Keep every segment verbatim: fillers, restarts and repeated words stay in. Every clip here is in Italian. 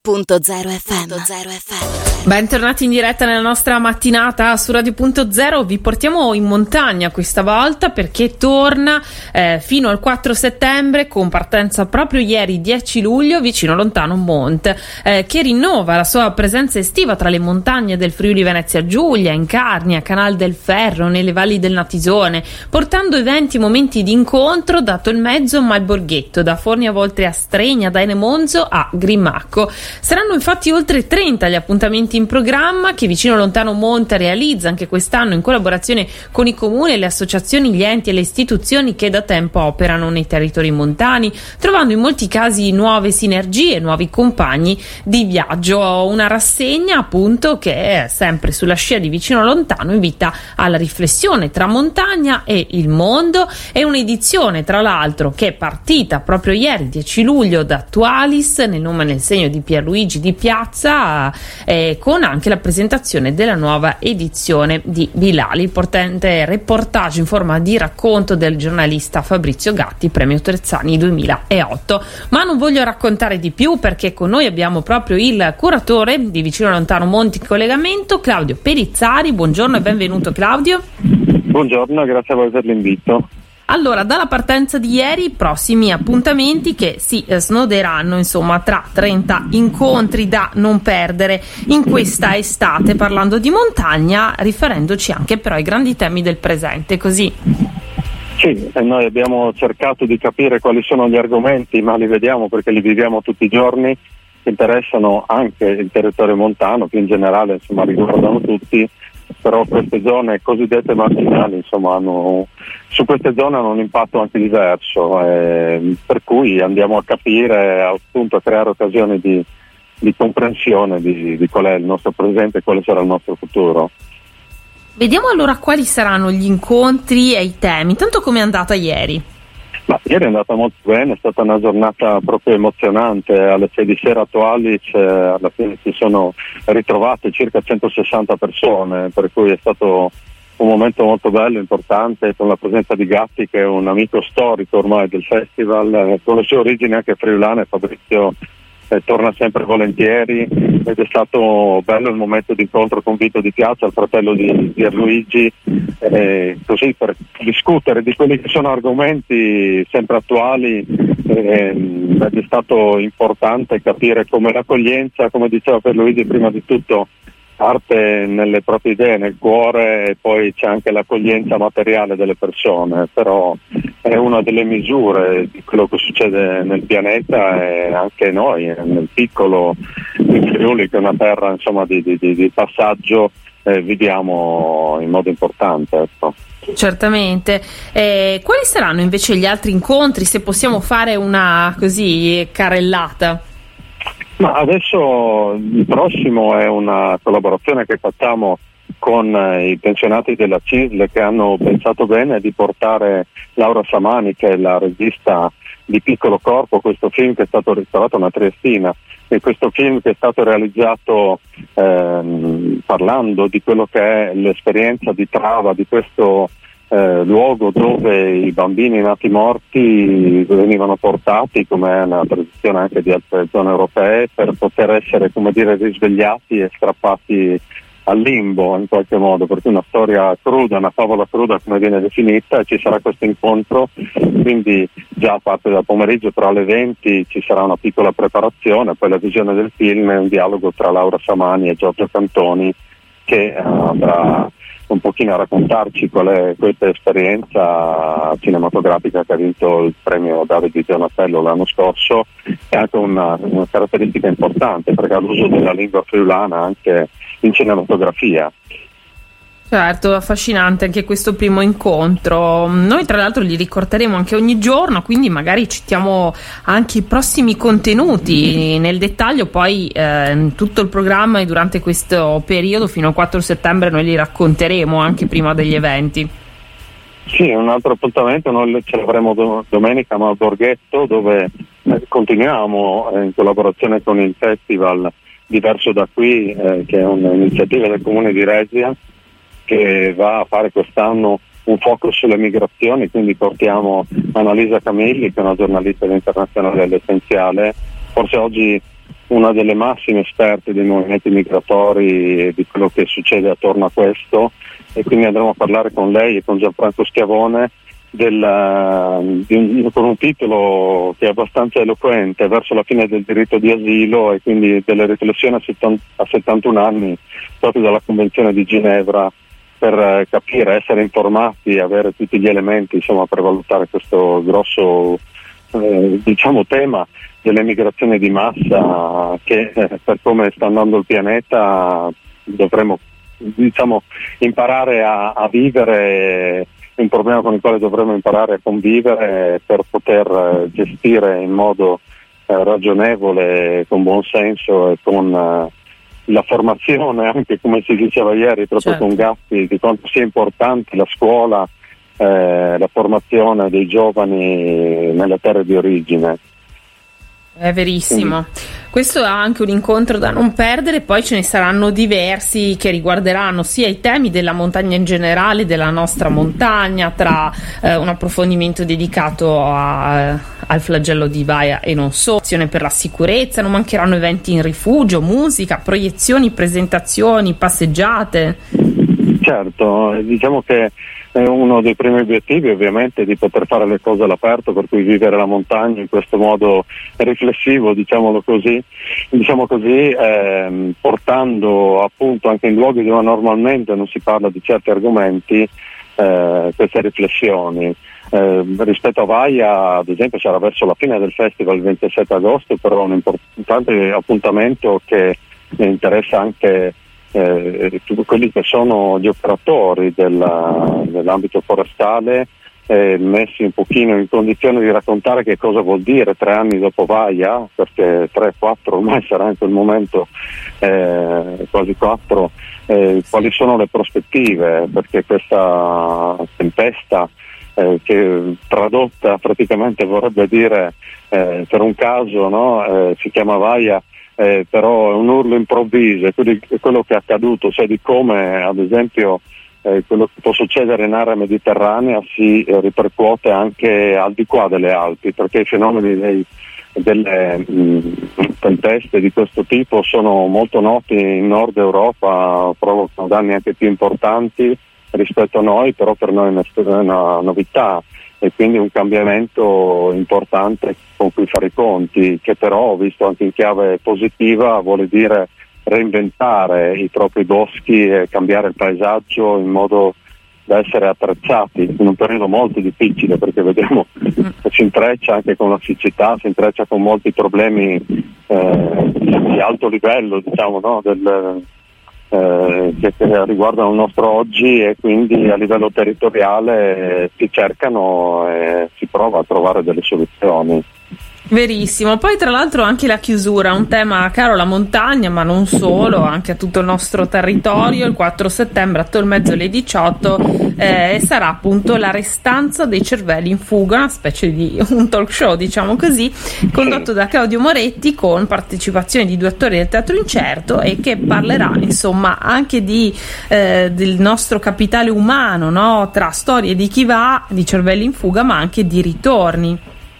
Punto zero F M. Zero F M. Bentornati in diretta nella nostra mattinata su Radio Punto Zero. Vi portiamo in montagna questa volta perché torna eh, fino al quattro settembre, con partenza proprio ieri dieci luglio, vicino lontano Mont, eh, che rinnova la sua presenza estiva tra le montagne del Friuli Venezia Giulia, in Carnia, Canal del Ferro, nelle valli del Natisone, portando eventi e momenti di incontro dato il mezzo Malborghetto, da Forni a Voltri a Stregna, da Enemonzo a Grimacco. Saranno infatti oltre trenta gli appuntamenti in programma che Vicino Lontano Monte realizza anche quest'anno in collaborazione con i comuni, le associazioni, gli enti e le istituzioni che da tempo operano nei territori montani, trovando in molti casi nuove sinergie, nuovi compagni di viaggio. Una rassegna appunto che è sempre sulla scia di Vicino Lontano invita alla riflessione tra montagna e il mondo. È un'edizione tra l'altro che è partita proprio ieri dieci luglio da Tualis, nel nome e nel segno di Pierluigi Di Piazza, eh, con anche la presentazione della nuova edizione di Bilali, il potente reportage in forma di racconto del giornalista Fabrizio Gatti, premio Trezzani duemilaotto. Ma non voglio raccontare di più perché con noi abbiamo proprio il curatore di Vicino Lontano Monti in collegamento, Claudio Perizzari. Buongiorno e benvenuto Claudio. Buongiorno, grazie a voi per l'invito. Allora, dalla partenza di ieri, prossimi appuntamenti che si eh, snoderanno, insomma, tra trenta incontri da non perdere in questa estate, parlando di montagna, riferendoci anche però ai grandi temi del presente, così. Sì, e noi abbiamo cercato di capire quali sono gli argomenti, ma li vediamo perché li viviamo tutti i giorni, che interessano anche il territorio montano, più in generale, insomma, riguardano tutti. Però queste zone cosiddette marginali, insomma, hanno, su queste zone hanno un impatto anche diverso, eh, per cui andiamo a capire, appunto a creare occasioni di, di comprensione di, di qual è il nostro presente e quale sarà il nostro futuro. Vediamo allora quali saranno gli incontri e i temi, tanto come è andata ieri. Ma ieri è andata molto bene, è stata una giornata proprio emozionante. Alle sei di sera attuali alla fine si sono ritrovate circa centosessanta persone, per cui è stato un momento molto bello, importante, con la presenza di Gatti, che è un amico storico ormai del festival, con le sue origini anche friulane. Fabrizio eh, torna sempre volentieri ed è stato bello il momento di incontro con Vito Di Piazza, il fratello di Pierluigi, eh, così per discutere di quelli che sono argomenti sempre attuali. Eh, è stato importante capire come l'accoglienza, come diceva Pierluigi, prima di tutto parte nelle proprie idee, nel cuore, e poi c'è anche l'accoglienza materiale delle persone, però è una delle misure di quello che succede nel pianeta, e anche noi nel piccolo in Friuli, che è una terra insomma di, di, di passaggio, eh, viviamo in modo importante, ecco. Certamente. Eh, quali saranno invece gli altri incontri, se possiamo fare una così carrellata? Ma adesso il prossimo è una collaborazione che facciamo con i pensionati della C I S L, che hanno pensato bene di portare Laura Samani, che è la regista di Piccolo Corpo, questo film che è stato restaurato a una triestina, e questo film che è stato realizzato ehm, parlando di quello che è l'esperienza di Trava, di questo Eh, luogo dove i bambini nati morti venivano portati, come è una tradizione anche di altre zone europee, per poter essere, come dire, risvegliati e strappati al limbo in qualche modo, perché una storia cruda, una favola cruda come viene definita, e ci sarà questo incontro, quindi già a parte dal pomeriggio, tra le venti ci sarà una piccola preparazione, poi la visione del film e un dialogo tra Laura Samani e Giorgio Cantoni, che andrà un pochino a raccontarci qual è questa esperienza cinematografica che ha vinto il premio Davide di Donatello l'anno scorso. È anche una, una caratteristica importante, perché ha l'uso della lingua friulana anche in cinematografia. Certo, affascinante anche questo primo incontro. Noi tra l'altro li ricorderemo anche ogni giorno, quindi magari citiamo anche i prossimi contenuti nel dettaglio, poi eh, tutto il programma, e durante questo periodo fino al quattro settembre noi li racconteremo anche prima degli eventi. Sì, un altro appuntamento noi ce l'avremo do- domenica a Malborghetto, dove eh, continuiamo eh, in collaborazione con il festival Diverso da qui, eh, che è un'iniziativa del comune di Resia, che va a fare quest'anno un focus sulle migrazioni, quindi portiamo Annalisa Camilli, che è una giornalista internazionale dell'Essenziale. Forse oggi una delle massime esperte dei movimenti migratori e di quello che succede attorno a questo, e quindi andremo a parlare con lei e con Gianfranco Schiavone del, di un, con un titolo che è abbastanza eloquente, verso la fine del diritto di asilo, e quindi delle riflessioni a, settanta, a settantuno anni proprio dalla Convenzione di Ginevra, per capire, essere informati, avere tutti gli elementi, insomma, per valutare questo grosso eh, diciamo tema dell'emigrazione di massa che eh, per come sta andando il pianeta dovremo, diciamo, imparare a, a vivere, un problema con il quale dovremo imparare a convivere per poter gestire in modo eh, ragionevole, con buon senso e con eh, la formazione, anche come si diceva ieri proprio certo. con Gatti, di quanto sia importante la scuola, eh, la formazione dei giovani nelle terre di origine. È verissimo. Quindi. Questo è anche un incontro da non perdere, poi ce ne saranno diversi che riguarderanno sia i temi della montagna in generale, della nostra montagna, tra eh, un approfondimento dedicato a, al flagello di Vaia e non solo, azione per la sicurezza, non mancheranno eventi in rifugio, musica, proiezioni, presentazioni, passeggiate. Certo, diciamo che è uno dei primi obiettivi ovviamente di poter fare le cose all'aperto, per cui vivere la montagna in questo modo riflessivo, diciamolo così, diciamo così, ehm, portando appunto anche in luoghi dove normalmente non si parla di certi argomenti eh, queste riflessioni. Eh, rispetto a Vaia, ad esempio, sarà verso la fine del festival il ventisette agosto, però un importante appuntamento che interessa anche Eh, quelli che sono gli operatori della, dell'ambito forestale, eh, messi un pochino in condizione di raccontare che cosa vuol dire tre anni dopo Vaia, perché tre quattro ormai sarà in quel momento, eh, quasi quattro, eh, quali sono le prospettive, perché questa tempesta eh, che tradotta praticamente vorrebbe dire eh, per un caso, no, eh, si chiama Vaia, Eh, però è un urlo improvviso, quindi quello che è accaduto, cioè di come ad esempio eh, quello che può succedere in area mediterranea si eh, ripercuote anche al di qua delle Alpi, perché i fenomeni dei, delle mh, tempeste di questo tipo sono molto noti in Nord Europa, provocano danni anche più importanti rispetto a noi, però per noi è una novità e quindi un cambiamento importante con cui fare i conti, che però, visto anche in chiave positiva, vuole dire reinventare i propri boschi e cambiare il paesaggio in modo da essere attrezzati in un periodo molto difficile, perché vediamo che si intreccia anche con la siccità, si intreccia con molti problemi eh, di alto livello, diciamo, no, del, eh, che, che riguardano il nostro oggi, e quindi a livello territoriale eh, si cercano e si prova a trovare delle soluzioni. Verissimo, poi tra l'altro anche la chiusura, un tema caro alla montagna, ma non solo, anche a tutto il nostro territorio, il quattro settembre a Tolmezzo alle diciotto eh, sarà appunto la restanza dei cervelli in fuga, una specie di un talk show, diciamo così, condotto da Claudio Moretti con partecipazione di due attori del Teatro Incerto, e che parlerà insomma anche di eh, del nostro capitale umano, no? Tra storie di chi va, di cervelli in fuga, ma anche di ritorni.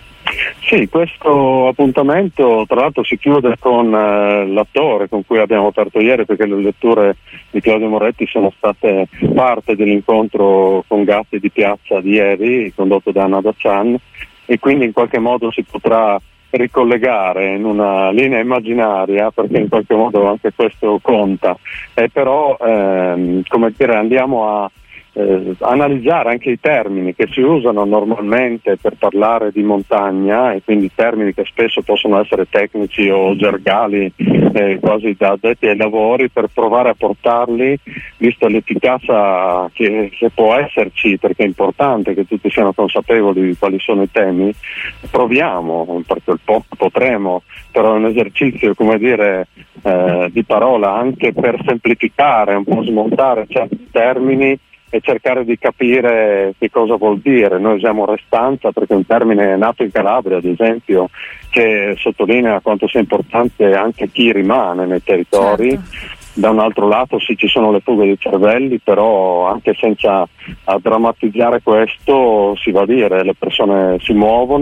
Sì, questo appuntamento tra l'altro si chiude con eh, l'attore con cui abbiamo aperto ieri, perché le letture di Claudio Moretti sono state parte dell'incontro con Gatti di Piazza di ieri, condotto da Anna Daccian, e quindi in qualche modo si potrà ricollegare in una linea immaginaria, perché in qualche modo anche questo conta, e però ehm, come dire, andiamo a Eh, analizzare anche i termini che si usano normalmente per parlare di montagna, e quindi termini che spesso possono essere tecnici o gergali, eh, quasi da addetti ai lavori, per provare a portarli, visto l'efficacia che, che può esserci, perché è importante che tutti siano consapevoli di quali sono i temi. Proviamo, perché il po- potremo, però è un esercizio, come dire, eh, di parola, anche per semplificare, un po' smontare certi termini e cercare di capire che cosa vuol dire. Noi usiamo restanza perché è un termine nato in Calabria, ad esempio, che sottolinea quanto sia importante anche chi rimane nei territori. Certo. Da un altro lato sì, ci sono le fughe di cervelli, però anche senza a drammatizzare questo si va a dire, le persone si muovono,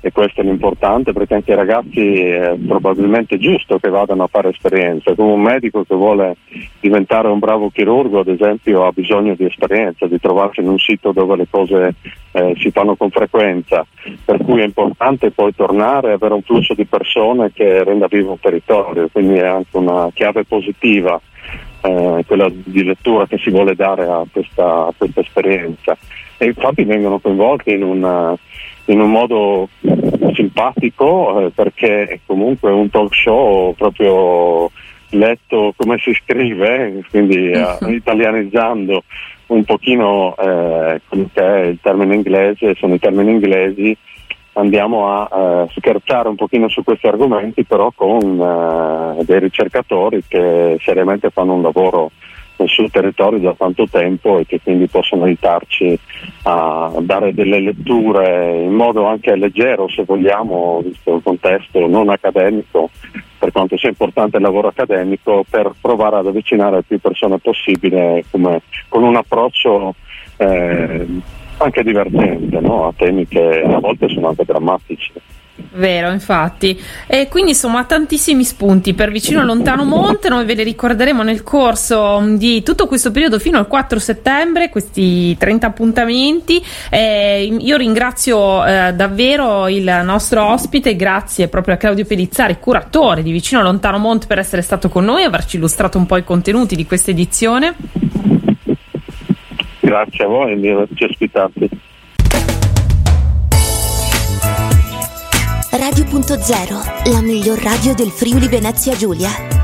e questo è l'importante, perché anche i ragazzi è probabilmente giusto che vadano a fare esperienza. Come un medico che vuole diventare un bravo chirurgo, ad esempio, ha bisogno di esperienza, di trovarsi in un sito dove le cose eh, si fanno con frequenza, per cui è importante poi tornare e avere un flusso di persone che renda vivo un territorio, quindi è anche una chiave positiva eh, quella di lettura che si vuole dare a questa, a questa esperienza. E infatti vengono coinvolti in una in un modo simpatico eh, perché comunque è un talk show proprio letto come si scrive, quindi eh, italianizzando un pochino eh, quello che è il termine inglese, sono i termini inglesi, andiamo a eh, scherzare un pochino su questi argomenti, però con eh, dei ricercatori che seriamente fanno un lavoro sul territorio da tanto tempo e che quindi possono aiutarci a dare delle letture in modo anche leggero, se vogliamo, visto il contesto non accademico, per quanto sia importante il lavoro accademico, per provare ad avvicinare a più persone possibile, come, con un approccio eh, anche divertente, no? A temi che a volte sono anche drammatici. Vero, infatti. E quindi insomma tantissimi spunti per Vicino Lontano Monte, noi ve li ricorderemo nel corso di tutto questo periodo fino al quattro settembre, questi trenta appuntamenti. Eh, io ringrazio eh, davvero il nostro ospite, grazie proprio a Claudio Pellizzari, curatore di Vicino Lontano Monte, per essere stato con noi e averci illustrato un po' i contenuti di questa edizione. Grazie a voi di averci ospitati. Radio punto zero, la miglior radio del Friuli Venezia Giulia.